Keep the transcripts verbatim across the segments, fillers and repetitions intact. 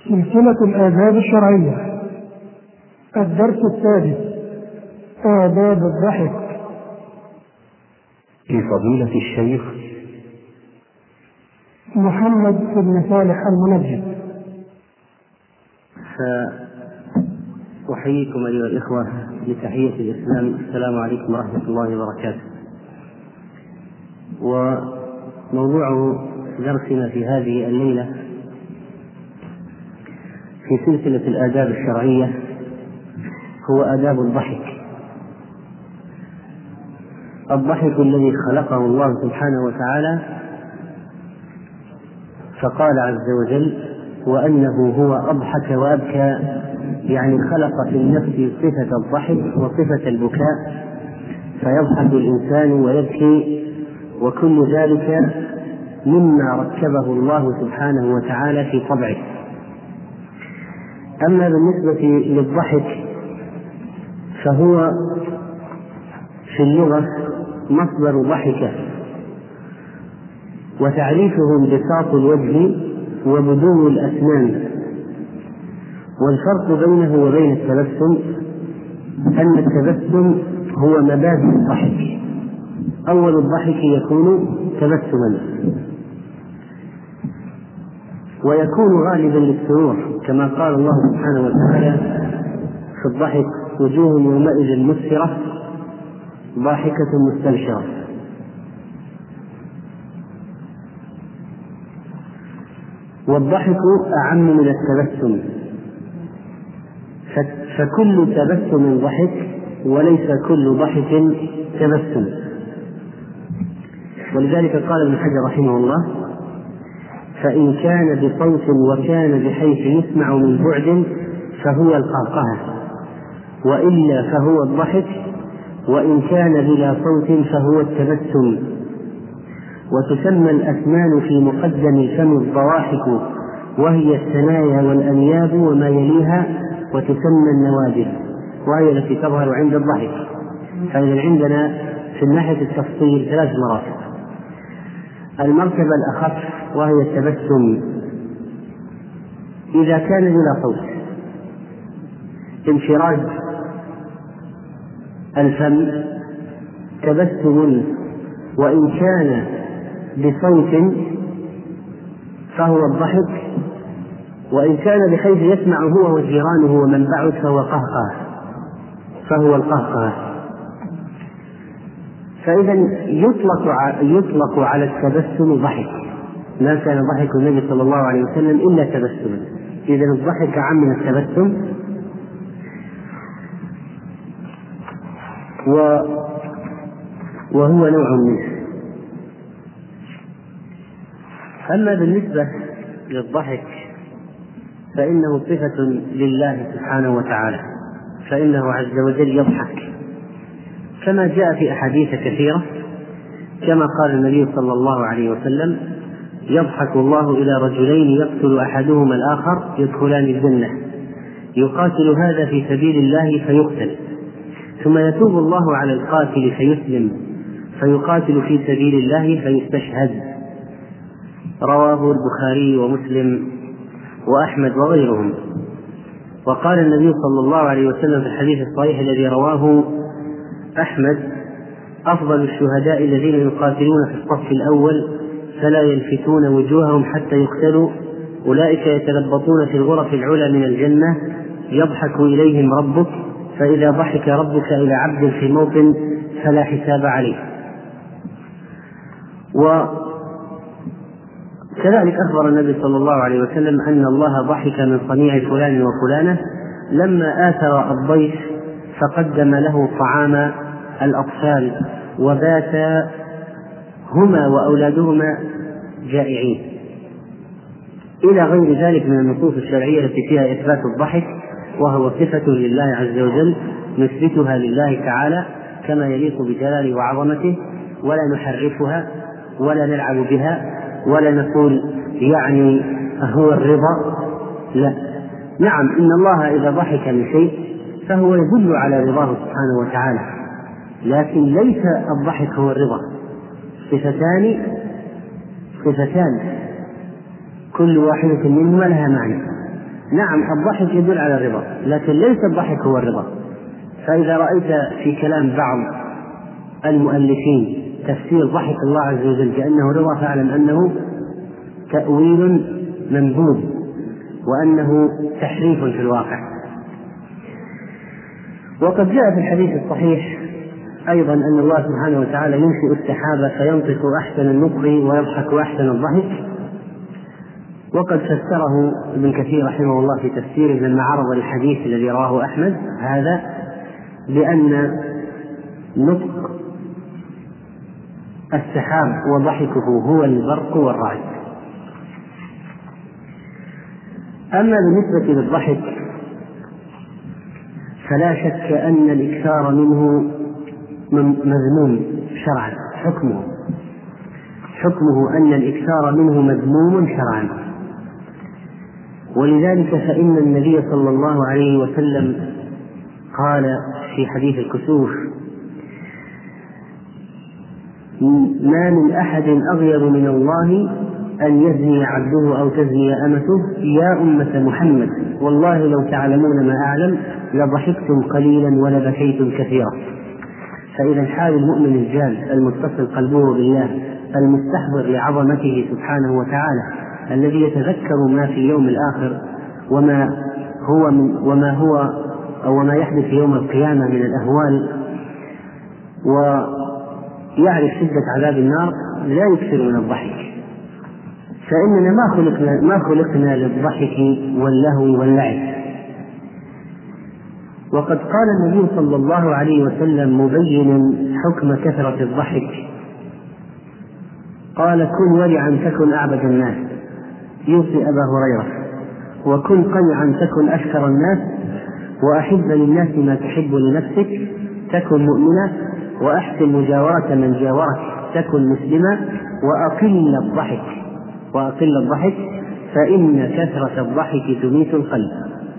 سلسلة الآداب الشرعية. الدرس السادس: آداب الضحك. لفضيلة الشيخ محمد بن صالح المنجد. فأحييكم أيها الإخوة بتحية الإسلام، السلام عليكم ورحمة الله وبركاته. وموضوع درسنا في هذه الليلة في سلسلة الآداب الشرعية هو آداب الضحك. الضحك الذي خلقه الله سبحانه وتعالى، فقال عز وجل: وأنه هو أضحك وأبكى، يعني خلق في النفس صفة الضحك وصفة البكاء، فيضحك الإنسان ويبكي، وكل ذلك مما ركبه الله سبحانه وتعالى في طبعه. أما بالنسبة للضحك فهو في اللغة مصدر ضحكة، وتعريفه انبساط الوجه وبدو الأسنان. والفرق بينه وبين التبسم أن التبسم هو مبادئ الضحك، أول الضحك يكون تبسما، ويكون غالبا للسرور، كما قال الله سبحانه وتعالى في الضحك: وجوه يومئذ مسفرة ضاحكة مستبشرة. والضحك أعم من التبسم، فكل تبسم ضحك وليس كل ضحك تبسم. ولذلك قال ابن حجر رحمه الله: فإن كان بصوت وكان بحيث يسمع من بعد فهو القهقهة، وإلا فهو الضحك، وإن كان بلا صوت فهو التبسم. وتسمى الأسنان في مقدم الفم الضواحك، وهي الثنايا والأنياب وما يليها، وتسمى النوادر، وهي التي تظهر عند الضحك. فإذا عندنا في الناحية التفصيل ثلاث مراتب. المرتبة الأخف وهي التبسم إذا كان بلا صوت، انفراج الفم تبسم، وإن كان بصوت فهو الضحك، وإن كان بحيث يسمع هو وجيرانه ومن بعد فهو قهقه فهو القهقه. فإذا يطلق يطلق على التبسم ضحك، ما كان ضحك النبي صلى الله عليه وسلم إلا تبسما. إذا الضحك عام من التبسم. وهو نوع منه. أما بالنسبة للضحك فإنه صفة لله سبحانه وتعالى، فإنه عز وجل يضحك كما جاء في أحاديث كثيرة، كما قال النبي صلى الله عليه وسلم: يضحك الله إلى رجلين يقتل أحدهما الآخر يدخلان الجنة، يقاتل هذا في سبيل الله فيقتل، ثم يتوب الله على القاتل فيسلم، فيقاتل في سبيل الله فيستشهد. رواه البخاري ومسلم وأحمد وغيرهم. وقال النبي صلى الله عليه وسلم في الحديث الصحيح الذي رواه أحمد: أفضل الشهداء الذين يقاتلون في الصف الأول فلا يلفتون وجوههم حتى يقتلوا، أولئك يتلبطون في الغرف العلى من الجنة، يضحك إليهم ربك، فإذا ضحك ربك إلى عبد في موطن فلا حساب عليه. وكذلك أخبر النبي صلى الله عليه وسلم أن الله ضحك من صنيع فلان وفلانة لما آثر الضيف فقدم له طعام الأطفال وبات هما وأولادهما جائعين، إلى غير ذلك من النصوص الشرعية التي فيها إثبات الضحك، وهو صفة لله عز وجل نثبتها لله تعالى كما يليق بجلاله وعظمته، ولا نحرفها ولا نلعب بها ولا نقول يعني هو الرضا، لا. نعم، إن الله إذا ضحك من شيء فهو يدل على رضاه سبحانه وتعالى، لكن ليس الضحك هو الرضا. صفتان صفتان كل واحدة منهما لها معنى. نعم الضحك يدل على الرضا، لكن ليس الضحك هو الرضا. فإذا رأيت في كلام بعض المؤلفين تفسير ضحك الله عز وجل كأنه رضا، فاعلم أنه تأويل منبوذ وأنه تحريف في الواقع. وقد جاء في الحديث الصحيح أيضا أن الله سبحانه وتعالى ينشئ السحاب فينطق أحسن النطق ويضحك أحسن الضحك. وقد فسره ابن كثير رحمه الله في تفسيره لما عرض الحديث الذي رواه أحمد هذا بأن نطق السحاب وضحكه هو البرق والرعد. أما بالنسبة للضحك فلا شك أن الإكثار منه مذموم شرعا، حكمه حكمه أن الإكثار منه مذموم شرعا. ولذلك فإن النبي صلى الله عليه وسلم قال في حديث الكسوف: ما من أحد أغير من الله أن يزني عبده أو تزني أمته. يا أمة محمد والله لو تعلمون ما أعلم لضحكتم قليلا ولبكيتم كثيرا. فإذا حال المؤمن الجاد المتصل قلبه بالله المستحضر لعظمته سبحانه وتعالى الذي يتذكر ما في اليوم الآخر وما هو من وما هو أو ما يحدث يوم القيامة من الأهوال ويعرف شدة عذاب النار لا يكثر من الضحك. فإننا ما خلقنا ما خلقنا للضحك واللهو واللعب. وقد قال النبي صلى الله عليه وسلم مبينا حكم كثرة الضحك قال: كن ورعا تكن أعبد الناس، يوصي أبا هريرة، وكن قنعا تكن أشكر الناس، وأحب للناس ما تحب لنفسك تكن مؤمنا، وأحسن مجاورة من جاورك تكن مسلما، وأقل الضحك وأقل الضحك فإن كثرة الضحك تميت القلب.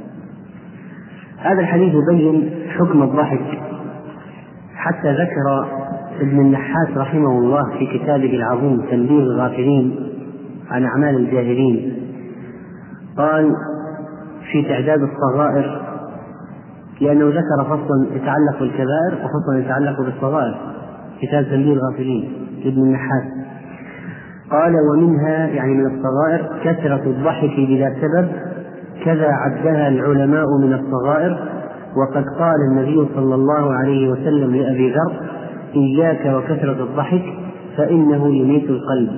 هذا الحديث يبين حكم الضحك، حتى ذكر ابن النحاس رحمه الله في كتابه العظيم تنبيه الغافلين عن أعمال الجاهلين قال في تعداد الصغائر، لأنه ذكر فصلا يتعلق بالكبائر وفصلا يتعلق بالصغائر، كتاب تنبيه الغافلين لابن النحاس، قال: ومنها يعني من الصغائر كثرة الضحك بلا سبب، كذا عدها العلماء من الصغائر. وقد قال النبي صلى الله عليه وسلم لأبي ذر: إياك وكثرة الضحك فإنه يميت القلب.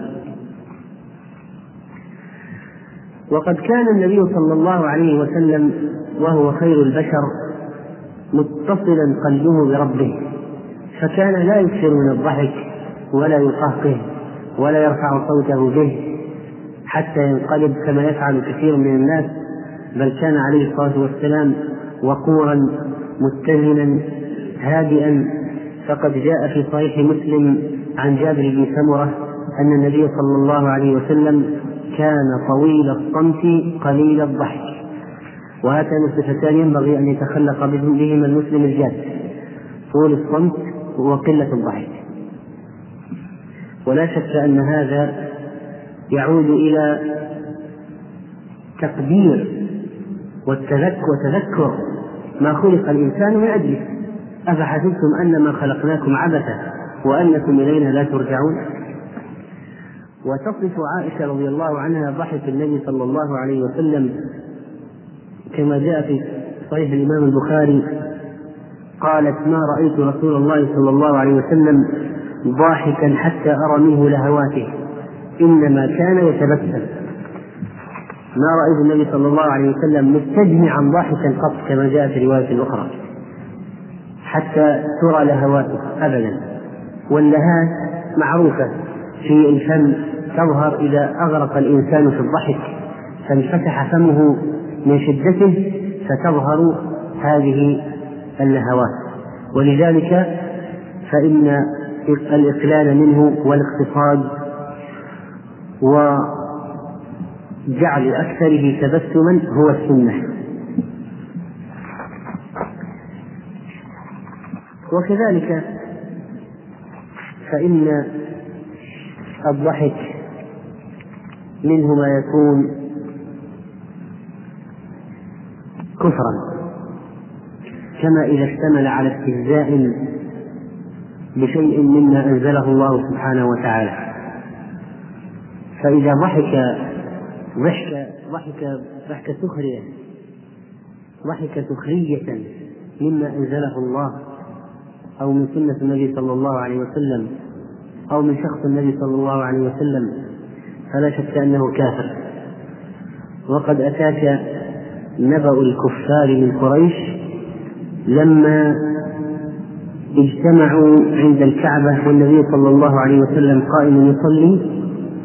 وقد كان النبي صلى الله عليه وسلم وهو خير البشر متصلا قلبه بربه، فكان لا يكثر من الضحك ولا يقهقه ولا يرفع صوته به حتى ينقلب كما يفعل كثير من الناس، بل كان عليه الصلاة والسلام وقورا متزنا هادئا. فقد جاء في صحيح مسلم عن جابر بن سمرة أن النبي صلى الله عليه وسلم كان طويل الصمت قليل الضحك، وهاتان الصفتان ينبغي أن يتخلق بهما المسلم الجاد: طول الصمت وقلة الضحك. ولا شك أن هذا يعود إلى تقدير وتذكر ما خلق الإنسان من أجله. أفحسبتم أنما خلقناكم عبثا وأنكم إلينا لا ترجعون. وتصف عائشة رضي الله عنها ضحك النبي صلى الله عليه وسلم كما جاء في صحيح الإمام البخاري قالت: ما رأيت رسول الله صلى الله عليه وسلم ضاحكا حتى أرى منه لهواته، إنما كان يتبسم. ما رأيت النبي صلى الله عليه وسلم مستجمعا ضاحكا قط كما جاء في رواية أخرى حتى ترى لهواته أبدا. واللهات معروفة في الفم تظهر إذا أغرق الإنسان في الضحك فانفتح فمه من شدته فتظهر هذه اللهوات. ولذلك فإن الإقلال منه والاقتصاد وجعل أكثره تبسما هو السنة. وكذلك فإن الضحك منه ما يكون كفرا، كما إذا اشتمل على استهزاء بشيء مما أنزله الله سبحانه وتعالى. فإذا ضحك ضحك ضحك ضحك سخرية ضحك سخرية مما أنزله الله أو من سنة النبي صلى الله عليه وسلم أو من شخص النبي صلى الله عليه وسلم فلا شك أنه كافر. وقد أتاك نبأ الكفار من قريش لما اجتمعوا عند الكعبة والنبي صلى الله عليه وسلم قائم يصلي،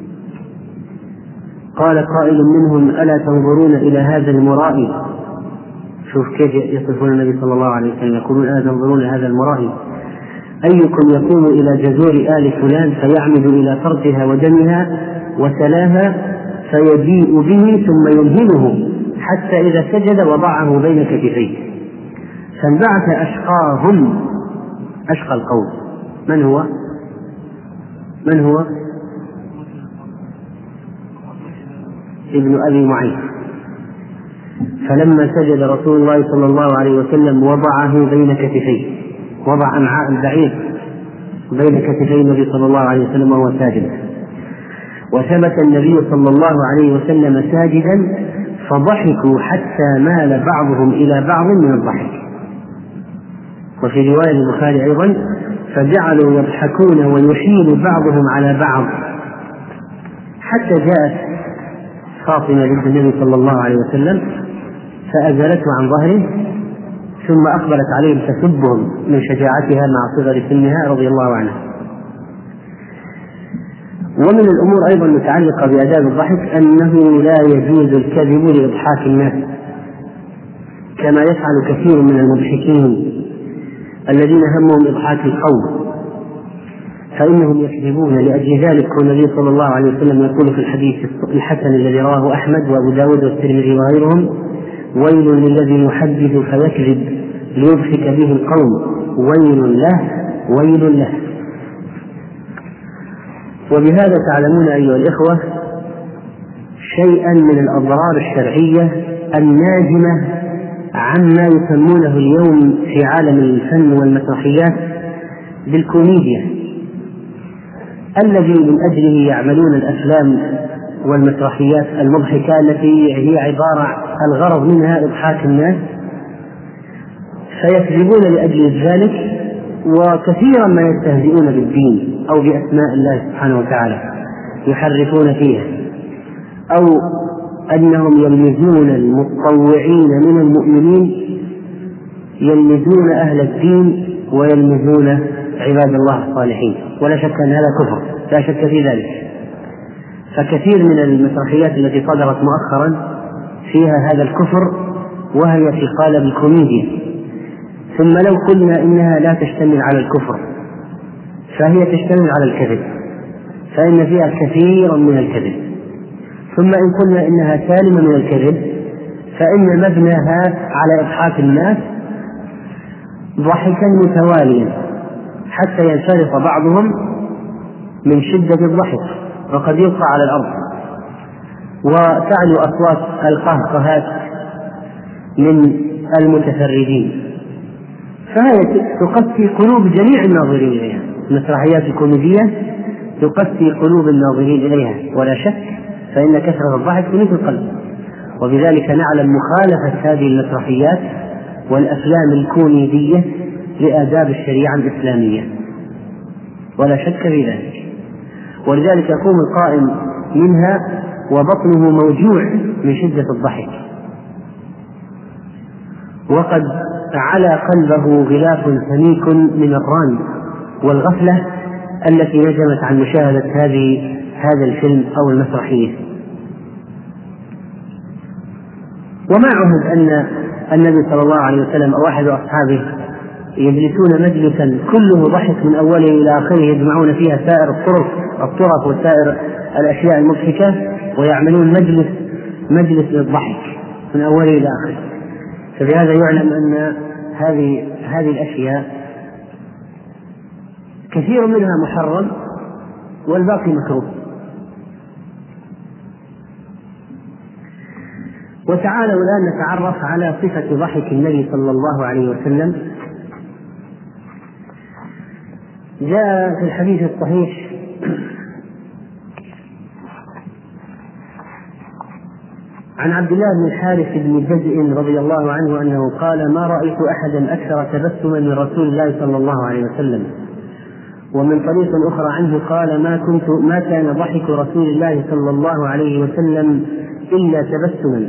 قال قائل منهم: ألا تنظرون إلى هذا المرائي؟ شوف كيف يصفون النبي صلى الله عليه وسلم، يقولون: ألا تنظرون إلى هذا المرائي؟ أيكم يقوم إلى جذور آل فلان فيعمد إلى فرجها ودمها وتلاها فيجيء به ثم ينهله حتى إذا سجد وضعه بين كتفيه، فانبعث أشقاهم أشقى القوم. من هو؟ من هو؟ ابن أبي معيط. فلما سجد رسول الله صلى الله عليه وسلم وضعه بين كتفيه، وضع أمعاء البعير بين كتفي النبي صلى الله عليه وسلم وهو ساجد، وثبت النبي صلى الله عليه وسلم ساجدا فضحكوا حتى مال بعضهم إلى بعض من الضحك. وفي رواية البخاري أيضا: فجعلوا يضحكون ويحيل بعضهم على بعض، حتى جاءت فاطمة بنت النبي صلى الله عليه وسلم فأزلته عن ظهره ثم أقبلت عليهم تسبهم من شجاعتها مع صغر سنها رضي الله عنها. ومن الأمور أيضا المتعلقة بآداب الضحك أنه لا يجوز الكذب لإضحاك الناس، كما يفعل كثير من المضحكين الذين همهم إضحاك القوم، فإنهم يكذبون. لأجل ذلك والنبي صلى الله عليه وسلم يقول في الحديث الحسن الذي رواه أحمد وأبو داود والترمذي وغيرهم: ويل للذي يحدث فيكذب ليضحك به القوم، ويل له ويل له. وبهذا تعلمون أيها الإخوة شيئا من الأضرار الشرعية الناجمة عما يسمونه اليوم في عالم الفن والمسرحيات بالكوميديا، الذي من أجله يعملون الأفلام والمسرحيات المضحكة التي هي عبارة الغرض منها إضحاك الناس، فيكذبون لأجل ذلك، وكثيرا ما يستهزئون بالدين أو بأسماء الله سبحانه وتعالى يحرفون فيها، أو أنهم يلمزون المتطوعين من المؤمنين، يلمزون أهل الدين ويلمزون عباد الله الصالحين، ولا شك أن هذا كفر، لا شك في ذلك. فكثير من المسرحيات التي صدرت مؤخرا فيها هذا الكفر، وهي في قالب الكوميديا. ثم لو قلنا إنها لا تشتمل على الكفر فهي تشتمل على الكذب، فإن فيها كثيرا من الكذب. ثم إن قلنا إنها سالمة من الكذب فإن مبناها على إضحاك الناس ضحكا متواليا حتى ينصرف بعضهم من شدة الضحك وقد يلقى على الأرض، وتعلو أصوات القهقهات من المتفردين، فهي تقسي قلوب جميع الناظرين إليها. المسرحيات الكوميدية تقسي قلوب الناظرين إليها ولا شك، فإن كثرة الضحك تميت القلب. وبذلك نعلم مخالفة هذه المسرحيات والأفلام الكوميدية لآداب الشريعة الإسلامية، ولا شك في ذلك. ولذلك يقوم القائم منها وبطنه موجوع من شدة الضحك، وقد على قلبه غلاف سميك من الران والغفلة التي نجمت عن مشاهدة هذه هذا الفيلم أو المسرحية. وما عهد أن النبي صلى الله عليه وسلم أو أحد أصحابه يجلسون مجلسا كله ضحك من أوله إلى آخره، يجمعون فيها سائر الطرق الطرق وسائر الأشياء المضحكة، ويعملون مجلس مجلس للضحك من أوله إلى آخره. فبهذا يعلم أن هذه هذه الأشياء كثير منها محرم والباقي مكروه. وتعالوا الآن نتعرف على صفة ضحك النبي صلى الله عليه وسلم. جاء في الحديث الصحيح عن عبد الله بن الحارث بن جزء رضي الله عنه أنه قال: ما رأيت أحدا أكثر تبسما من رسول الله صلى الله عليه وسلم. ومن طريق أخرى عنه قال: ما كنت ما كان ضحك رسول الله صلى الله عليه وسلم إلا تبسما.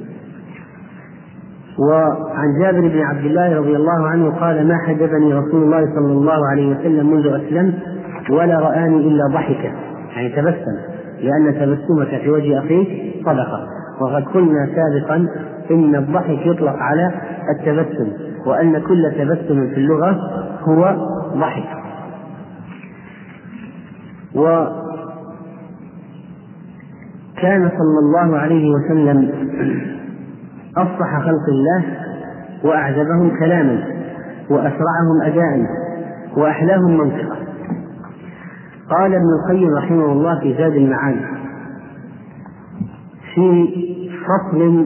وعن جابر بن عبد الله رضي الله عنه قال: ما حجبني رسول الله صلى الله عليه وسلم منذ أسلمت ولا رآني إلا ضحكا، يعني تبسم، لأن تبسمك في وجه أخيك صدقة. وقد قلنا سابقا إن الضحك يطلق على التبسم، وأن كل تبسم في اللغة هو ضحك. وكان صلى الله عليه وسلم أفصح خلق الله وأعجبهم كلاما وأسرعهم أداء وأحلاهم منطقا. قال ابن القيم رحمه الله في زاد المعاد في فصل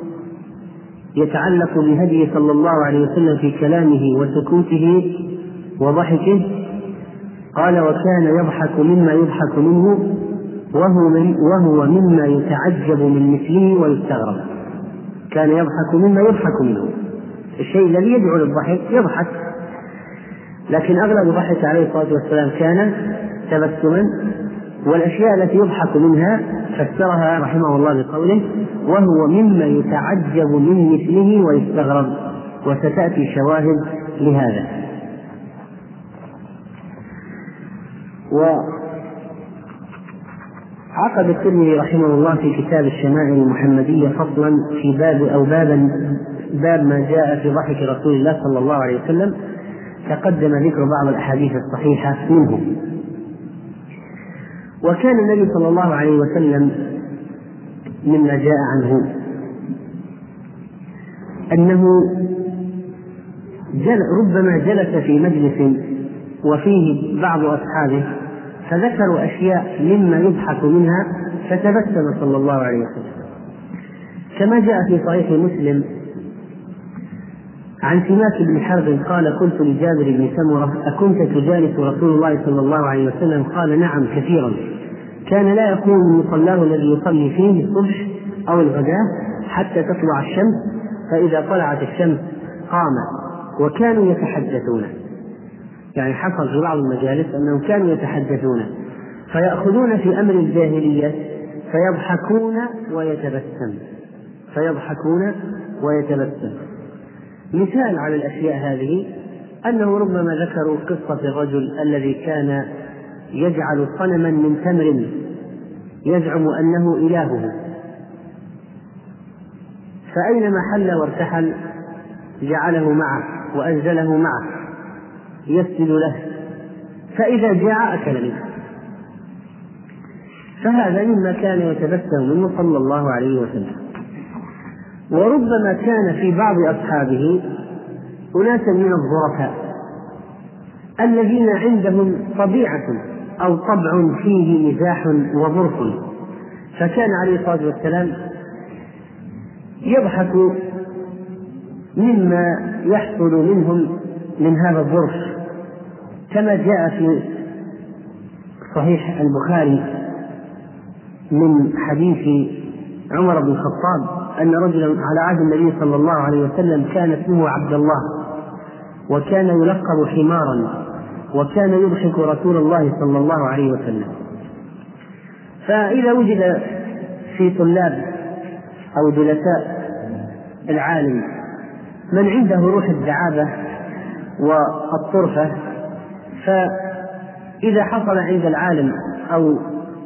يتعلق بهدي صلى الله عليه وسلم في كلامه وسكوته وضحكه، قال: وكان يضحك مما يضحك منه وهو, من وهو مما يتعجب من مثله ويستغرب. كان يضحك مما يضحك منه، الشيء الذي يدعو للضحك يضحك، لكن أغلب ضحك عليه الصلاة والسلام كان تبسما. والأشياء التي يضحك منها فسرها رحمه الله بقوله: وهو مما يتعجب من مثله ويستغرب، وستأتي شواهد لهذا. وعقد الترمذي رحمه الله في كتاب الشمائل المحمدية فصلا في باب أو بابا باب ما جاء في ضحك رسول الله صلى الله عليه وسلم، تقدم ذكر بعض الأحاديث الصحيحة منه. وكان النبي صلى الله عليه وسلم مما جاء عنه أنه جل ربما جلس في مجلس وفيه بعض أصحابه فذكروا أشياء مما يضحك منها فتبسم صلى الله عليه وسلم، كما جاء في صحيح مسلم عن سماك بن حرب قال: قلت لجابر بن سمرة: أكنت تجالس رسول الله صلى الله عليه وسلم؟ قال: نعم كثيرا، كان لا يقوم من مصلاه الذي يصلي فيه الصبح أو الغداء حتى تطلع الشمس، فإذا طلعت الشمس قام، وكانوا يتحدثون. يعني حصل في بعض المجالس أنهم كانوا يتحدثون فيأخذون في أمر الجاهلية فيضحكون ويتبسم فيضحكون ويتبسم. مثال على الأشياء هذه أنه ربما ذكروا قصة الرجل الذي كان يجعل صنما من تمر يزعم أنه إلهه، فأينما حل وارتحل جعله معه وأنزله معه يسجد له، فإذا جاع أكل منه. فهذا مما كان يتبسم منه صلى الله عليه وسلم. وربما كان في بعض أصحابه أناسا من الظرفاء الذين عندهم طبيعة أو طبع فيه مزاح وظرف، فكان عليه الصلاة والسلام يضحك مما يحصل منهم من هذا الظرف، كما جاء في صحيح البخاري من حديث عمر بن الخطاب أن رجلا على عهد النبي صلى الله عليه وسلم كان اسمه عبد الله، وكان يلقب حمارا، وكان يضحك رسول الله صلى الله عليه وسلم. فإذا وجد في طلاب أو جلساء العالم من عنده روح الدعابة والطرفة، فإذا حصل عند العالم أو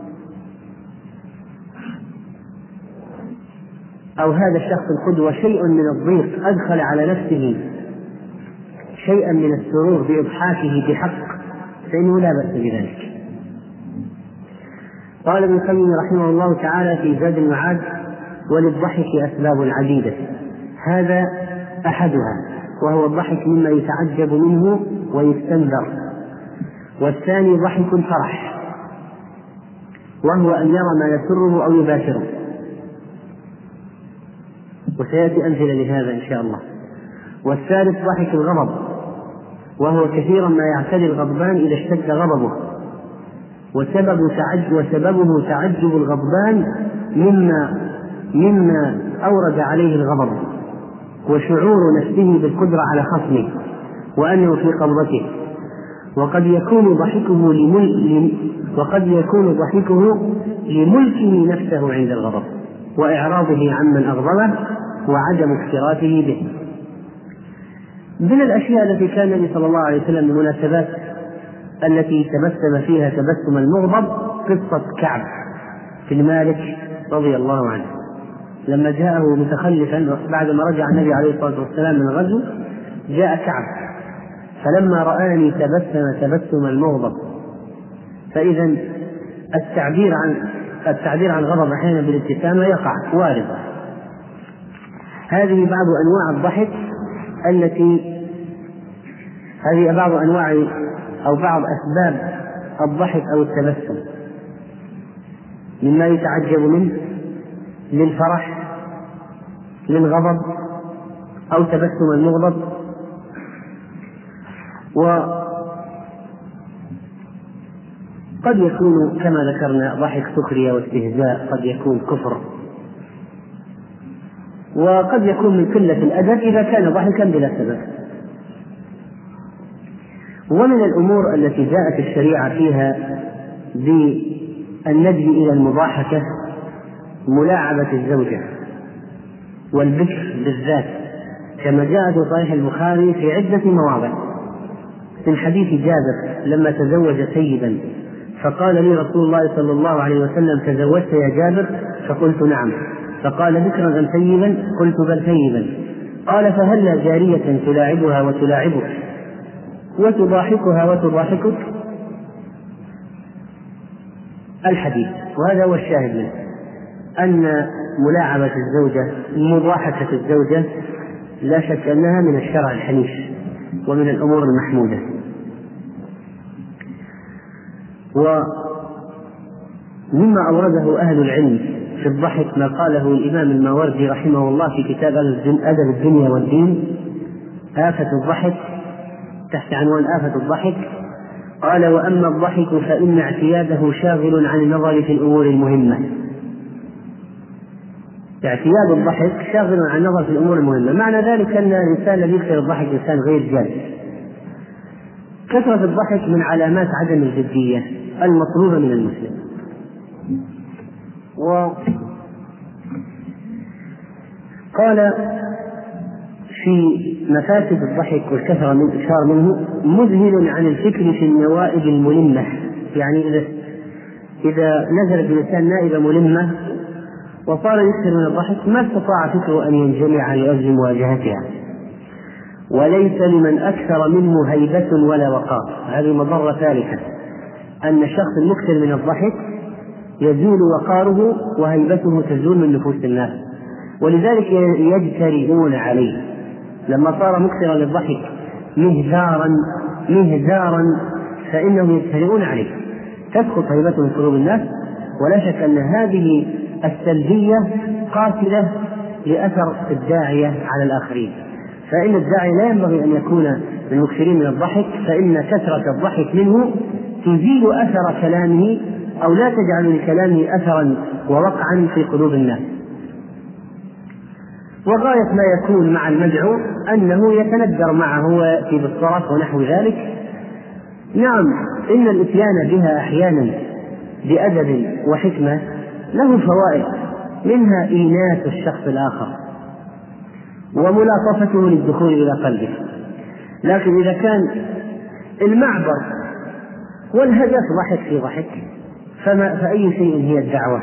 أو هذا الشخص القدوة شيء من الضيق أدخل على نفسه شيئا من السرور بإضحاكه بحق، فإنه لا بأس بذلك. قال ابن القيم رحمه الله تعالى في زاد المعاد: وللضحك أسباب عديدة، هذا أحدها وهو الضحك مما يتعجب منه ويستنذر، والثاني ضحك الفرح وهو أن يرى ما يسره أو يباشره، وسيأتي أمثلة لهذا إن شاء الله. والثالث ضحك الغضب، وهو كثيرا ما يعتدي الغضبان إذا اشتد غضبه، وسبب تعجب وسببه تعجب الغضبان مما مما أورد عليه الغضب، وشعور نفسه بالقدرة على خصمه وأنه في قبضته. وقد يكون ضحكه لمل... وقد يكون ضحكه لملكه نفسه عند الغضب وإعراضه عمن أغضبه وعدم اكتراثه به. من الأشياء التي كان النبي صلى الله عليه وسلم من المناسبات التي تبسم فيها تبسم المغضب قصة كعب بن مالك رضي الله عنه، لما جاءه متخلفا بعدما رجع النبي عليه الصلاة والسلام من الغزو، جاء كعب فلما رآني تبسم تبسم المغضب. فإذا التعبير عن التعبير عن غضب أحيانا بالابتسامة يقع وارد. هذه بعض أنواع الضحك التي هذه بعض أنواع أو بعض أسباب الضحك أو التبسم، مما يتعجب منه للفرح، للغضب، أو تبسم المغضب. وقد يكون كما ذكرنا ضحك سخرية واستهزاء، قد يكون كفر، وقد يكون من قلة الأدب إذا كان ضحكا بلا سبب. ومن الأمور التي جاءت الشريعة فيها بالندب إلى المضاحكة ملاعبة الزوجة والبكر بالذات، كما جاء في صحيح البخاري في عدة مواضع. من حديث جابر لما تزوج سيدا فقال لي رسول الله صلى الله عليه وسلم: تزوجت يا جابر؟ فقلت: نعم. فقال: بكرا أم ثيبا؟ قلت: بل ثيبا. قال: فهل جارية تلاعبها وتلاعبك وتضاحكها وتضاحكك؟ الحديث. وهذا هو الشاهد منه، أن ملاعبة الزوجة مضاحكة الزوجة لا شك أنها من الشرع الحنيف ومن الأمور المحمودة. ومما أورده أهل العلم في الضحك ما قاله الإمام الماوردي رحمه الله في كتاب أدب الدنيا والدين، آفة الضحك، تحت عنوان آفة الضحك، قال: وأما الضحك فإن اعتياده شاغل عن النظر في الأمور المهمة. اعتياد الضحك شاغل عن النظر في الأمور المهمة، معنى ذلك أن الإنسان الذي يكثر الضحك إنسان غير جاد. كثرة الضحك من علامات عدم الجدية المطلوبة من المسلم. وقال في مفاسد الضحك والكثرة من إشار منه: مذهل عن الفكر في النوائب الملمة، يعني إذا إذا نزلت الإنسان نائبة ملمة وصار يكثر من الضحك ما استطاع فكره أن ينجمع لأجل مواجهتها. وليس لمن أكثر منه هيبة ولا وقار. هذه مضرة ثالثة، أن الشخص المكثر من الضحك يزول وقاره وهيبته تزول من نفوس الناس، ولذلك يجترئون عليه. لما صار مكثرا للضحك مهزارا مهزارا فإنهم يجترئون عليه، تسقط هيبته من قلوب الناس. ولا شك أن هذه السلبية قاتلة لأثر الداعية على الآخرين، فإن الداعي لا ينبغي أن يكون من المكثرين من الضحك، فإن كثرة الضحك منه تزيل أثر كلامه أو لا تجعل لكلامه أثرا ووقعا في قلوب الناس. وغاية ما يكون مع المدعو أنه يتندر معه ويأتي بالصرف ونحو ذلك. نعم، إن الإتيان بها أحيانا بأدب وحكمة له فوائد، منها إيناس الشخص الآخر وملاطفته للدخول إلى قلبه. لكن إذا كان المعبر والهدف ضحك في ضحك فما فأي شيء هي الدعوة؟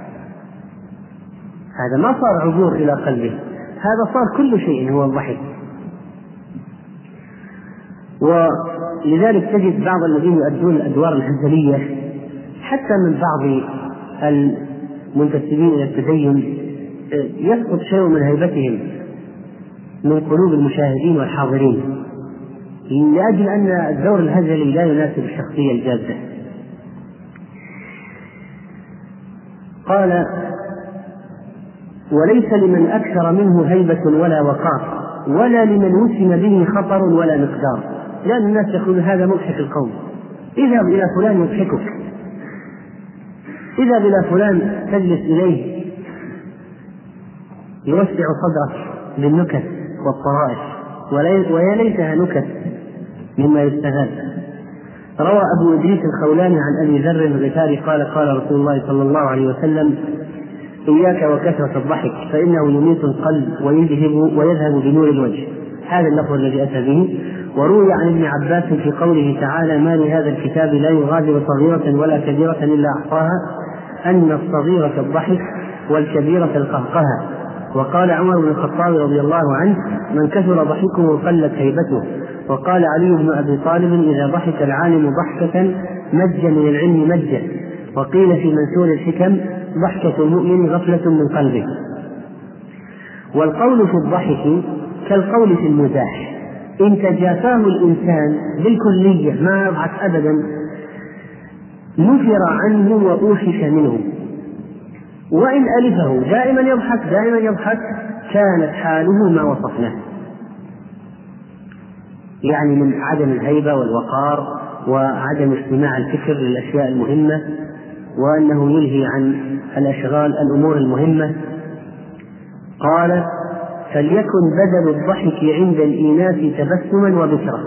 هذا ما صار عبور إلى قلبه، هذا صار كل شيء هو الضحك. ولذلك تجد بعض الذين يؤدون الأدوار الهزلية حتى من بعض المنتسبين إلى التدين يسقط شيء من هيبتهم من قلوب المشاهدين والحاضرين، لأجل أن الدور الهزلي لا يناسب الشخصية الجادة. قال: وليس لمن أكثر منه هيبة ولا وقار، ولا لمن وسم به خطر ولا مقدار، لأن الناس يقولون هذا مضحك القوم، اذهب إلى فلان يضحكك، اذهب إلى فلان تجلس إليه يوسع صدرك بالنكت والطرائف، ويا ليتها نكت مما يستفاد. روى أبو إدريس الخولاني عن أبي ذر الغفاري قال قال رسول الله صلى الله عليه وسلم: إياك وكثرة الضحك فإنه يميت القلب ويذهب ويذهب بنور الوجه. هذا اللفظ الذي أتى به. وروي عن ابن عباس في قوله تعالى: ما لهذا الكتاب لا يغادر صغيرة ولا كبيرة إلا أحصاها، أن الصغيرة الضحك والكبيرة القهقهة. وقال عمر بن الخطاب رضي الله عنه: من كثر ضحكه قلت هيبته. وقال علي بن أبي طالب: إذا ضحك العالم ضحكة مج من العلم مجة. وقيل في منثور الحكم: ضحكة المؤمن غفلة من قلبه. والقول في الضحك كالقول في المزاح، إن تجافاه الإنسان بالكلية ما يضحك أبدا نفر عنه وأوشك منه، وإن ألفه دائما يضحك دائما يضحك كانت حاله ما وصفناه، يعني من عدم الهيبة والوقار وعدم استماع الفكر للأشياء المهمة، وأنه يلهي عن الأشغال الأمور المهمة. قال: فليكن بدل الضحك عند الإناث تبسما وبشرا.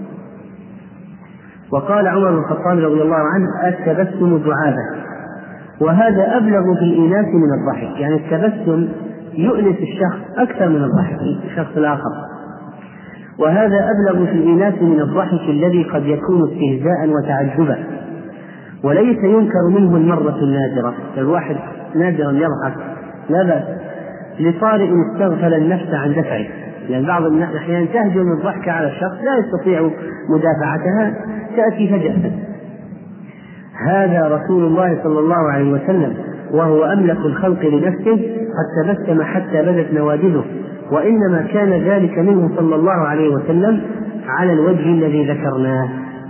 وقال عمر بن الخطاب رضي الله عنه: التبسم دعابة. وهذا أبلغ في الإناث من الضحك، يعني التبسم يؤنس الشخص أكثر من الضحك الشخص الآخر، وهذا أبلغ في الإناث من الضحك الذي قد يكون استهزاء وتعجبا، وليس ينكر منه المرة النادرة. الواحد نادرا يضحك لا بأس، لطارئ استغفل النفس عن دفعه، لأن يعني بعض الناس أحيانا تهجم الضحك على الشخص لا يستطيع مدافعتها، تأتي فجأة. هذا رسول الله صلى الله عليه وسلم وهو أملك الخلق لنفسه قد تبسم حتى بدت نواجذه، وإنما كان ذلك منه صلى الله عليه وسلم على الوجه الذي ذكرناه.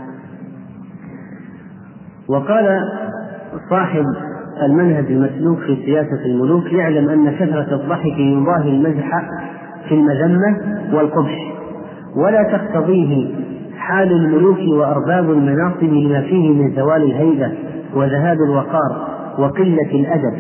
وقال صاحب المنهج المسلوك في سياسة الملوك: يعلم أن كثرة الضحك يضاهي المزح في المذمة والقبح، ولا تقتضيه حال الملوك وأرباب المناصب لما فيه من زوال الهيبة وذهاب الوقار وقلة الأدب.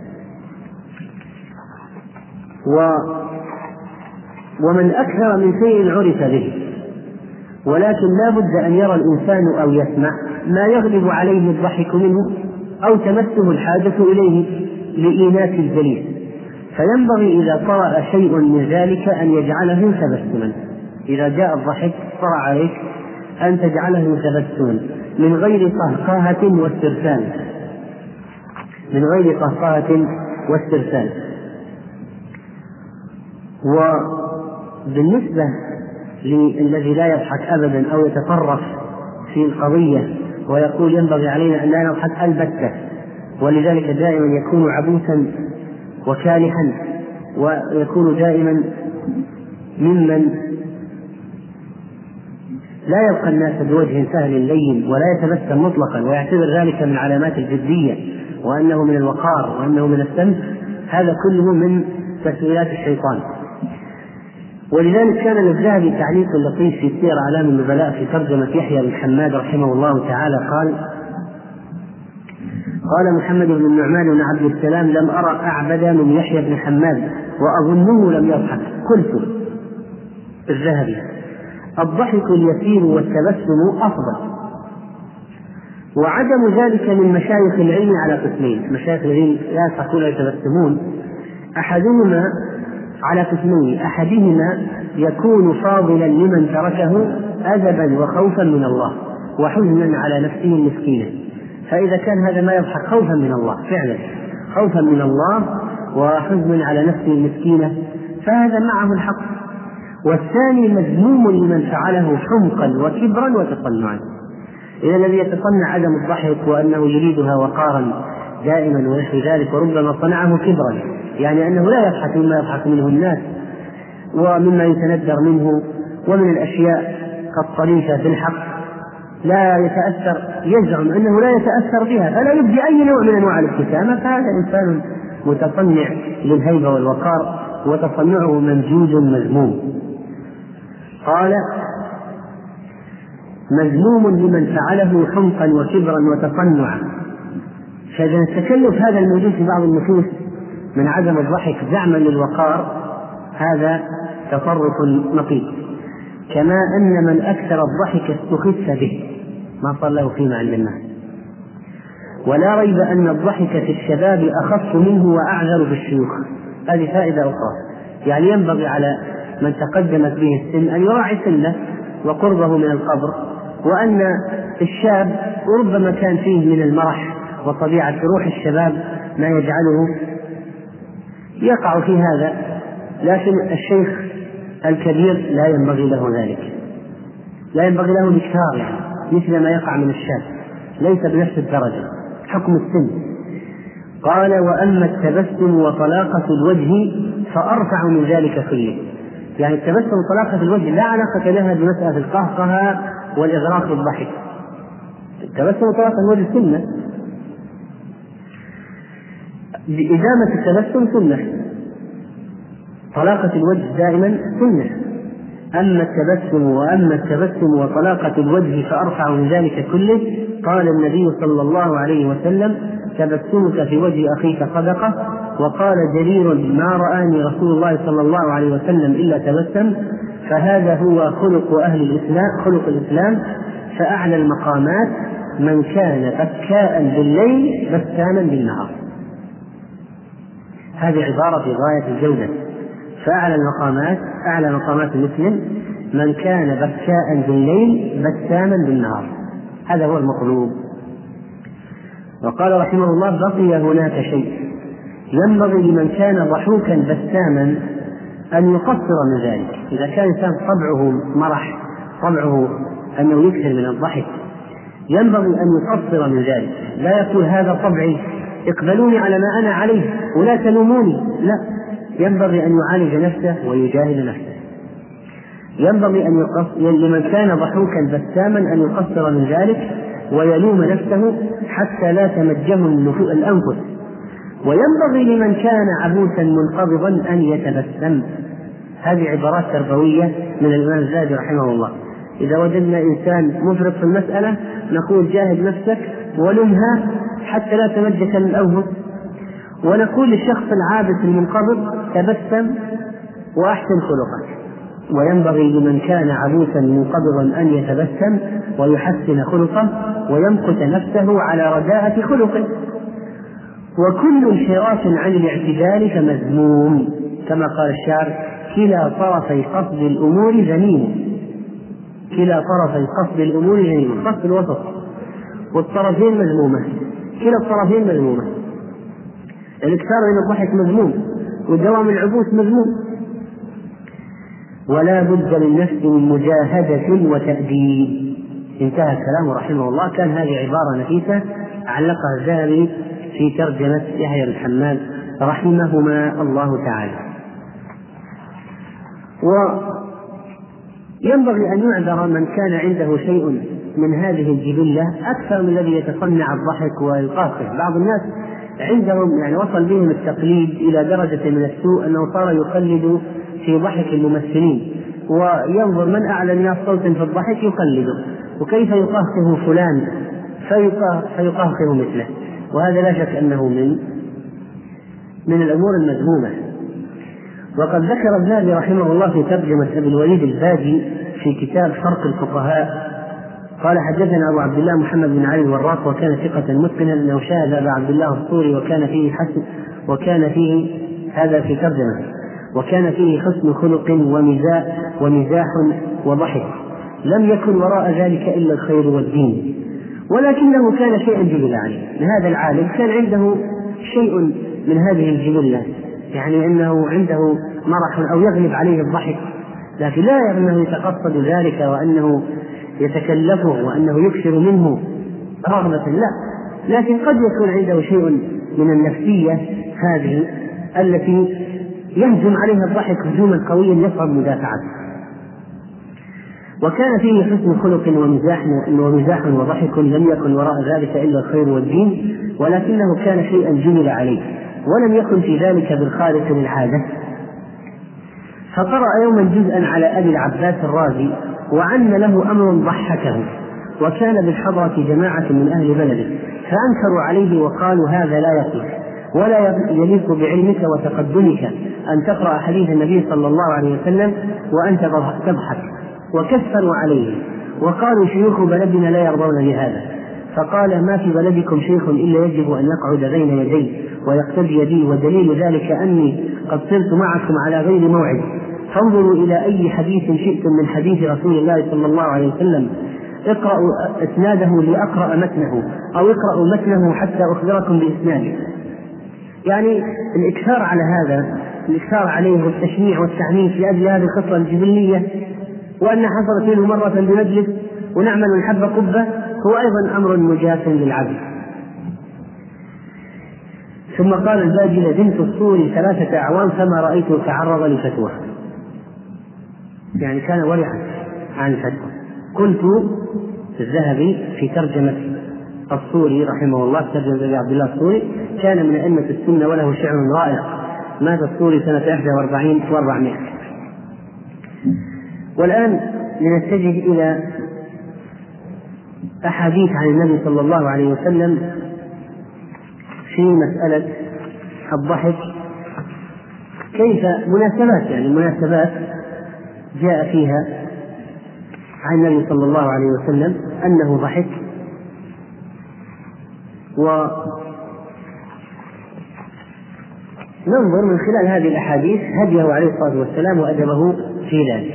و ومن أكثر من شيء عرف به، ولكن لا بد أن يرى الإنسان أو يسمع ما يغلب عليه الضحك منه أو تمسه الحاجة إليه لإيناس الجليس، فينبغي إذا طرأ شيء من ذلك أن يجعله تبسما. إذا جاء الضحك طرأ عليك أن تجعله تبسما من غير قهقهة واسترسال من غير قهقهة واسترسال. وبالنسبة للذي لا يضحك أبدا أو يتطرف في القضية ويقول ينبغي علينا أن لا نضحك البتة، ولذلك دائما يكون عبوسا وكالحا، ويكون دائما ممن لا يلقى الناس بوجه سهل لين ولا يتبسم مطلقا ويعتبر ذلك من علامات الجدية وأنه من الوقار وأنه من السمت، هذا كله من تسويلات الشيطان. ولذلك كان للذهبي تعليق لطيف في سير أعلام النبلاء في ترجمة يحيى بن حماد رحمه الله تعالى، قال: قال محمد بن النعمان بن عبد السلام: لم أرى أعبد من يحيى بن حماد وأظنه لم يضحك. قلت الذهبي: الضحك اليسير والتبسم أفضل، وعدم ذلك من مشايخ العلم على قسمين. مشايخ العلم لا يضحكون يتبسمون، أحدهما على قسمين: أحدهما يكون فاضلا لمن تركه أدبا وخوفا من الله وحزنا على نفسه المسكينة، فإذا كان هذا ما يضحك خوفا من الله فعلا، خوفا من الله وحزنا على نفسه المسكينة، فهذا معه الحق. والثاني مذموم لمن فعله حمقا وكبرا وتصنعا. إذا الذي يتصنع عدم الضحك وأنه يريدها وقارا دائما ونحو ذلك، وربما صنعه كبرا، يعني أنه لا يضحك مما يضحك منه الناس ومما يتندر منه ومن الأشياء كالطريفة بالحق، لا يتأثر، يزعم أنه لا يتأثر بها فلا يبدي أي نوع من أنواع الابتسامة، فهذا إنسان متصنع للهيبة والوقار، وتصنعه منجوز مذموم. قال: مذموم لمن فعله حمقا وكبرا وتصنعا. فإذا التكلف هذا الموجود في بعض النفوس من عدم الضحك زعما للوقار هذا تصرف نقيض، كما أن من أكثر الضحك استخف به ما صار له قيمة عند الناس. ولا ريب أن الضحك في الشباب أخف منه وأعذر في الشيوخ. هذه فائدة أخرى، يعني ينبغي على من تقدمت به السن أن يراعي سنه وقربه من القبر، وأن الشاب ربما كان فيه من المرح وطبيعة روح الشباب ما يجعله يقع في هذا، لكن الشيخ الكبير لا ينبغي له ذلك، لا ينبغي له الإكثار يعني مثل ما يقع من الشاب، ليس بنفس الدرجة حكم السن. قال: وأما التبسم وطلاقة الوجه فأرفع من ذلك كله. يعني التبسم وطلاقة الوجه لا علاقة لها بمسألة القهقهة والإغراق بالضحك. التبسم وطلاقة الوجه سنة، بإدامة التبسم سنة، طلاقة الوجه دائما سنة. أما التبسم وأما التبسم وطلاقة الوجه فأرفع من ذلك كله. قال النبي صلى الله عليه وسلم: تبسمك في وجه أخيك صدقة. وقال جرير: ما رآني رسول الله صلى الله عليه وسلم إلا تبسم. فهذا هو خلق أهل الإسلام، خلق الإسلام. فأعلى المقامات من كان بكاء بالليل بساما بالنهار. هذه عبارة في غاية الجودة. فأعلى المقامات، أعلى مقامات المسلم من كان بكاء بالليل بساما بالنهار، هذا هو المطلوب. وقال رحمه الله: بقي هناك شيء ينبغي لمن كان ضحوكا بساما أن يقصر من ذلك. إذا كان إنسان طبعه مرح، طبعه أنه يكثر من الضحك، ينبغي أن يقصر من ذلك. لا يقول هذا طبعي اقبلوني على ما أنا عليه ولا تلوموني، لا، ينبغي أن يعالج نفسه ويجاهد نفسه. ينبغي أن يقصر لمن كان ضحوكا بساما أن يقصر من ذلك ويلوم نفسه حتى لا تمجه الأنفس. وينبغي لمن كان عبوسا منقبضا أن يتبسم. هذه عبارات تربوية من الإمام الذهبي رحمه الله. إذا وجدنا إنسان مفرط في المسألة نقول جاهد نفسك ولمها حتى لا تمجك الأنفس، ونقول للشخص العابس المنقبض تبسم وأحسن خلقك. وينبغي لمن كان عبوسا منقبضا أن يتبسم ويحسن خلقه ويمقت نفسه على رداءة خلقه. وكل انحراف عن الاعتدال فمذموم، كما قال الشاعر: كلا طرفي قصد الأمور ذميم. كلا طرفي قصد الأمور ذميم، قصد الوسط والطرفين مذمومة، كلا الطرفين مذمومة. الإكثار من الضحك مذموم ودوام العبوس مذموم. ولا بد للنفس من مجاهدة وتأديب. انتهى كلامه رحمه الله. كان هذه عبارة نفيسة علقها الذهبي في ترجمة يحيى بن حماد رحمهما الله تعالى. وينبغي أن يعذر من كان عنده شيء من هذه الجبلة أكثر من الذي يتصنع الضحك ويقاطع. بعض الناس عندهم يعني وصل بهم التقليد إلى درجة من السوء أنه صار يقلد في ضحك الممثلين، وينظر من أعلى الناس صوتا في الضحك يقلده، وكيف يقهقه فلان فيقهقه مثله. وهذا لا شك أنه من من الأمور المذمومة. وقد ذكر الذهبي رحمه الله في ترجمة أبي الوليد الباجي في كتاب فرق الفقهاء قال: حدثنا أبو عبد الله محمد بن علي الوراق، وكان ثقة متقنا، أنه شاهد أبا عبد الله الصوري وكان فيه حسن وكان فيه هذا في ترجمة وكان فيه حسن خلق ومزاح ومزاح وضحك، لم يكن وراء ذلك إلا الخير والدين، ولكنه كان شيئا جبل عليه. هذا العالم كان عنده شيء من هذه الجبلة، يعني أنه عنده مرح أو يغلب عليه الضحك، لكن لا يعني أنه يتقصد ذلك وأنه يتكلفه وأنه يكثر منه رغبة، لا، لكن قد يكون عنده شيء من النفسية هذه التي يهجم عليها الضحك هجوما قويا يصعب مدافعته. وكان فيه حسن خلق ومزاح ومزاح وضحك، لم يكن وراء ذلك إلا الخير والدين، ولكنه كان شيئا جمل عليه. ولم يكن في ذلك بالخارق للعادة. فقرأ يوما جزءا على أبي العباس الرازي وعن له أمر ضحكه، وكان بالحضرة جماعة من أهل بلده فأنكروا عليه وقالوا هذا لا يصلح ولا يليق بعلمك وتقدمك أن تقرأ حديث النبي صلى الله عليه وسلم وأنت تضحك، وكثروا عليه وقالوا شيوخ بلدنا لا يرضون بهذا. فقال ما في بلدكم شيخ إلا يجب أن يقعد بين يدي ويقتدي بي، ودليل ذلك أني قد صرت معكم على غير موعد، فانظروا إلى أي حديث شئتم من حديث رسول الله صلى الله عليه وسلم، اقرأوا إسناده لأقرأ متنه أو اقرأوا متنه حتى أخبركم بإسناده. يعني الإكثار على هذا، الإكثار عليه والتشنيع والتعنيف لأجل هذه الخصلة الجبلية، وأن حصلت منه مرة بمجلس ونعمل الحب قبة، هو أيضا أمر مجاف للعبد. ثم قال الباجل بنت الصور ثلاثة أعوام فما رأيته تعرض لفتوى، يعني كان ورعا عن الفتوى. قلت الذهبي في ترجمة الصوري رحمه الله، ترجمة عبد الله الصوري، كان من أئمة السنة وله شعر رائع، مات الصوري سنة إحدى وأربعين وأربعمائة. والآن لنتجه إلى أحاديث عن النبي صلى الله عليه وسلم في مسألة الضحك، كيف مناسبات، يعني مناسبات جاء فيها عن النبي صلى الله عليه وسلم أنه ضحك. وننظر من خلال هذه الأحاديث هديه عليه الصلاة والسلام وأدبه في ذلك.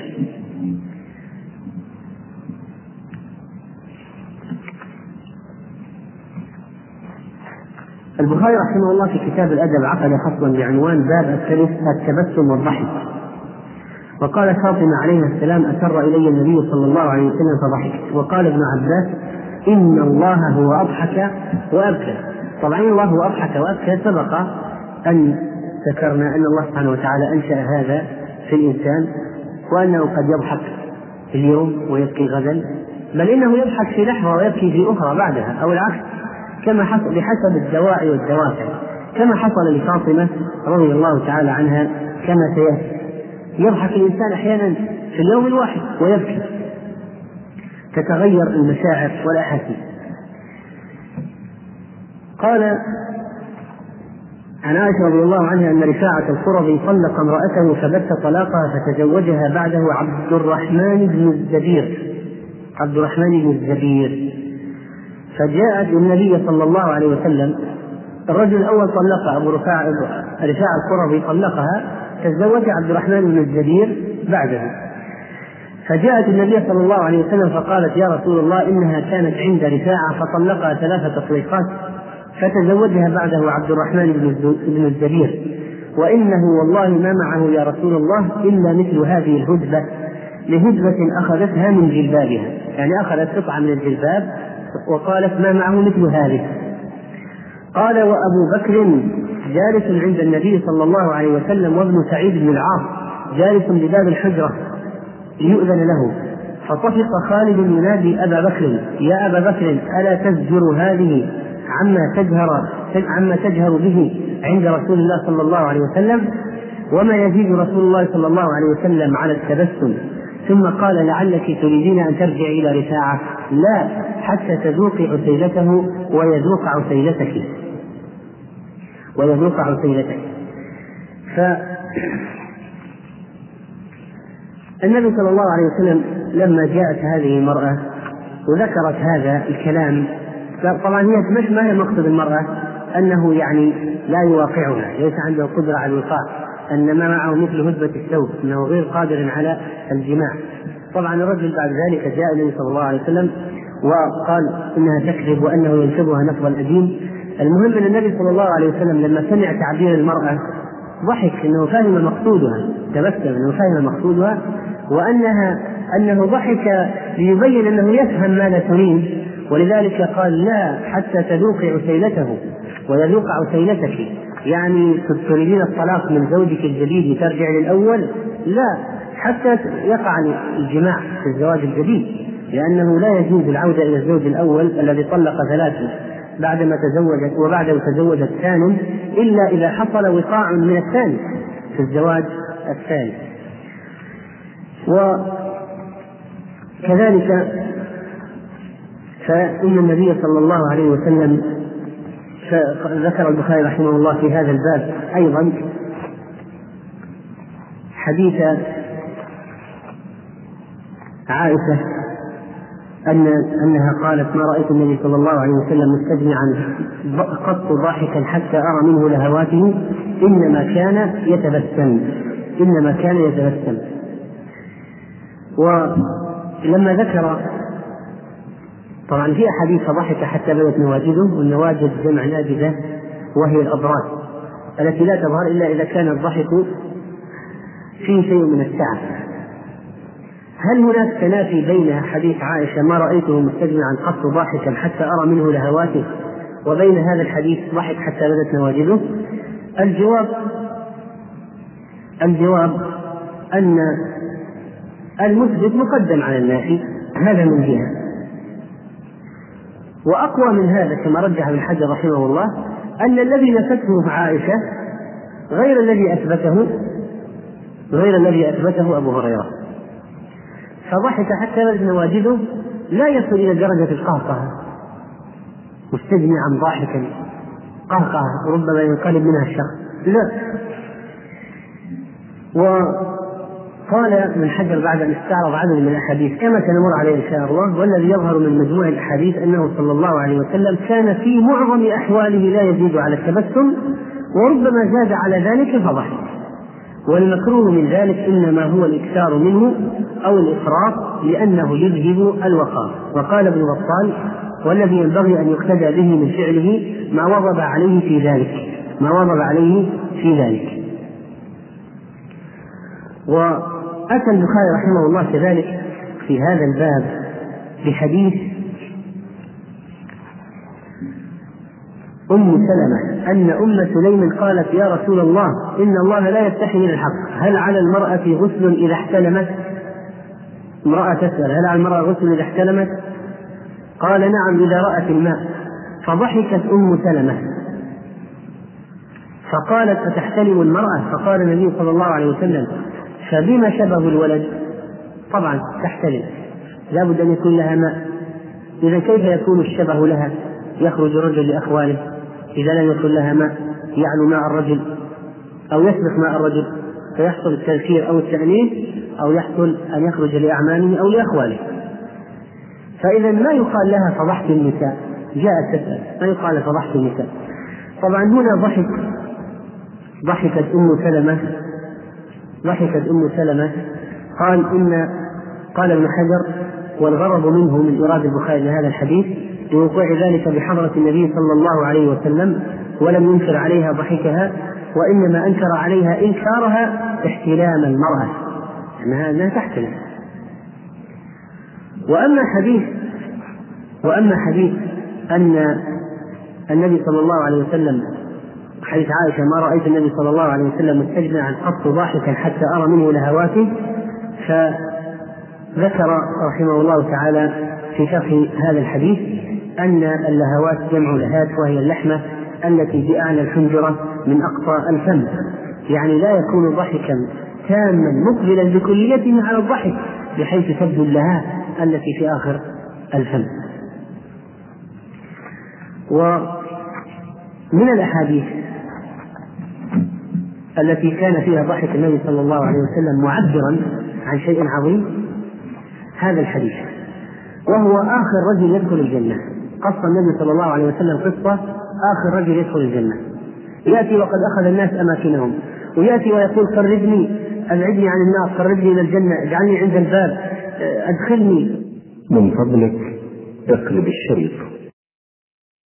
البخاري رحمه الله في كتاب الأدب عقد فصلا بعنوان باب التبسم والضحك، وقال فاطمة عليه السلام أسر إلي النبي صلى الله عليه وسلم فضحكت، وقال ابن عباس إن الله هو أضحك وأبكى. طبعا الله هو أضحك وأبكى سبق أن ذكرنا أن الله سبحانه وتعالى أنشأ هذا في الإنسان، وأنه قد يضحك في اليوم ويبكي غدا، بل إنه يضحك في لحظة ويبكي في أخرى بعدها، أو العكس، كما حصل بحسب الدواعي والدوافع، كما حصل لفاطمة رضي الله تعالى عنها كما سيأتي. يضحك الإنسان أحيانا في اليوم الواحد ويبكي، تتغير المشاعر والأحاسيس. قال عن عائشة رضي الله عنها أن رفاعة القرظي طلق امرأته فبت طلاقها فتزوجها بعده عبد الرحمن بن الزبير عبد الرحمن بن الزبير فجاءت النبي صلى الله عليه وسلم. الرجل الأول طلقها أبو رفاعة رفاعة القرظي طلقها، تزوج عبد الرحمن بن الزبير بعده. فجاءت النبي صلى الله عليه وسلم فقالت يا رسول الله إنها كانت عند رفاعة فطلقها ثلاث تطليقات فتزوجها بعده عبد الرحمن بن الزبير، وإنه والله ما معه يا رسول الله إلا مثل هذه الهدبة، لهدبة أخذتها من جلبابها، يعني أخذت قطعة من الجلباب وقالت ما معه مثل هذه. قال وأبو بكر جالس عند النبي صلى الله عليه وسلم وابن سعيد بن العاص جالس بباب الحجرة ليؤذن له، فطفق خالد ينادي أبا بكر يا أبا بكر ألا تزجر هذه عما تجهر عما تجهر به عند رسول الله صلى الله عليه وسلم؟ وما يزيد رسول الله صلى الله عليه وسلم على التبسم. ثم قال لعلك تريدين أن ترجعي إلى رفاعة؟ لا، حتى تذوقي عسيلته ويذوق عسيلتك ويذوق عسيلتك. فالنبي صلى الله عليه وسلم لما جاءت هذه المرأة وذكرت هذا الكلام، طبعا هي مش ما هي مقصد المرأة أنه يعني لا يواقعها، ليس عنده قدرة على الوقاع، أن ما معه مثل هدبة الثوب، أنه غير قادر على الجماع. طبعا الرجل بعد ذلك جاء النبي صلى الله عليه وسلم وقال إنها تكذب وأنه ينشبها نصب الأديم. المهم أن النبي صلى الله عليه وسلم لما سمع تعبير المرأة ضحك، أنه فهم مقصودها، تبسم أنه فهم مقصودها، وأنها أنه ضحك ليبين أنه يفهم ماذا تريد، ولذلك قال لا حتى تذوقي عسيلته ويذوق عسيلتك. يعني تريدين الطلاق من زوجك الجديد لترجع للأول؟ لا، حتى يقع الجماع في الزواج الجديد، لأنه لا يجوز العودة إلى الزوج الأول الذي طلق ثلاثة بعدما تزوجت وبعد تزوجت ثانٍ إلا إذا حصل وقاع من الثاني في الزواج الثاني. وكذلك فإن النبي صلى الله عليه وسلم ذكر البخاري رحمه الله في هذا الباب أيضا حديث عائشة أن أنها قالت: ما رأيت النبي صلى الله عليه وسلم مستجمعا قط ضاحكا حتى أرى منه لهواته إنما كان يتبسم إنما كان يتبسم. ولما ذكر طبعا في أحاديث فضحك حتى بدت نواجذه، والنواجذ جمع ناجذة وهي الأضراس التي لا تظهر إلا إذا كان الضحك فيه شيء من السعة. هل هناك تنافي بين حديث عائشة ما رأيته مستجمعا قط ضاحكا حتى أرى منه لهواته وبين هذا الحديث ضحك حتى بدت نواجذه؟ الجواب الجواب أن المثبت مقدم على النافي، هذا من جهة. وأقوى من هذا كما رجح ابن حجر رحمه الله أن الذي نفته عائشة غير الذي أثبته غير الذي أثبته أبو هريرة، فضحك حتى بدت نواجذه لا يصل إلى درجة القهقه، مستجمعا ضاحكا قهقه ربما ينقلب منها الشخص، لا. وقال ابن حجر بعد أن استعرض عدد من الأحاديث كما سنمر عليه إن شاء الله: والذي يظهر من مجموع الأحاديث أنه صلى الله عليه وسلم كان في معظم أحواله لا يزيد على التبسم، وربما زاد على ذلك فضحك، والمكروه من ذلك إنما هو الإكثار منه أو الإفراط لأنه يذهب الوقار. وقال ابن بطال: والذي ينبغي أن يقتدى به من فعله ما وضب عليه في ذلك ما وضب عليه في ذلك. وأتى البخاري رحمه الله كذلك في هذا الباب بحديث أم سلمة أن أم سليم قالت: يا رسول الله إن الله لا يستحي من الحق، هل على المرأة غسل إذا احتلمت؟ امرأة تسأل: هل على المرأة غسل إذا احتلمت؟ قال: نعم إذا رأت الماء. فضحكت أم سلمة فقالت: أتحتلم المرأة؟ فقال النبي صلى الله عليه وسلم: فبما شبه الولد؟ طبعا تحتلم، لا بد أن يكون لها ماء، إذا كيف يكون الشبه لها؟ يخرج الرجل لأخواله إذا لم يكن لها ماء، يعلو ماء الرجل أو يسبق ماء الرجل فيحصل التذكير أو التأنيث، أو يحصل أن يخرج لأعمامه أو لأخواله. فإذا ما يقال لها فضحت النساء، جاءت تسأل ما يقال فضحت النساء. طبعا هنا ضحك ضحكت أم سلمة ضحكت أم سلمة قال إن قال ابن حجر: والغرض منه من إرادة البخاري لهذا الحديث لوقوع ذلك بحضرة النبي صلى الله عليه وسلم، ولم ينكر عليها ضحكها، وإنما أنكر عليها إنكارها احتلام المرأة، أنها لا تحتلم. وأما حديث وأما حديث أن النبي صلى الله عليه وسلم حديث عائشة: ما رأيت النبي صلى الله عليه وسلم مستجمعا قط ضاحكا حتى أرى منه لهواته، فذكر رحمه الله تعالى في شرح هذا الحديث أن اللهوات جمع لهات، وهي اللحمة التي بأعلى الحنجرة من أقصى الفم، يعني لا يكون ضحكا تاما مقبلا بكليته على الضحك بحيث تبدو اللهات التي في آخر الفم. ومن الأحاديث التي كان فيها ضحك النبي صلى الله عليه وسلم معبرا عن شيء عظيم هذا الحديث، وهو آخر رجل يدخل الجنة. قص النبي صلى الله عليه وسلم قصة آخر رجل يدخل الجنة، يأتي وقد أخذ الناس أماكنهم، ويأتي ويقول: قربني، أبعدني عن النار، قربني إلى الجنة، اجعلني عند الباب، أدخلني. من فضلك اقلب الشريط.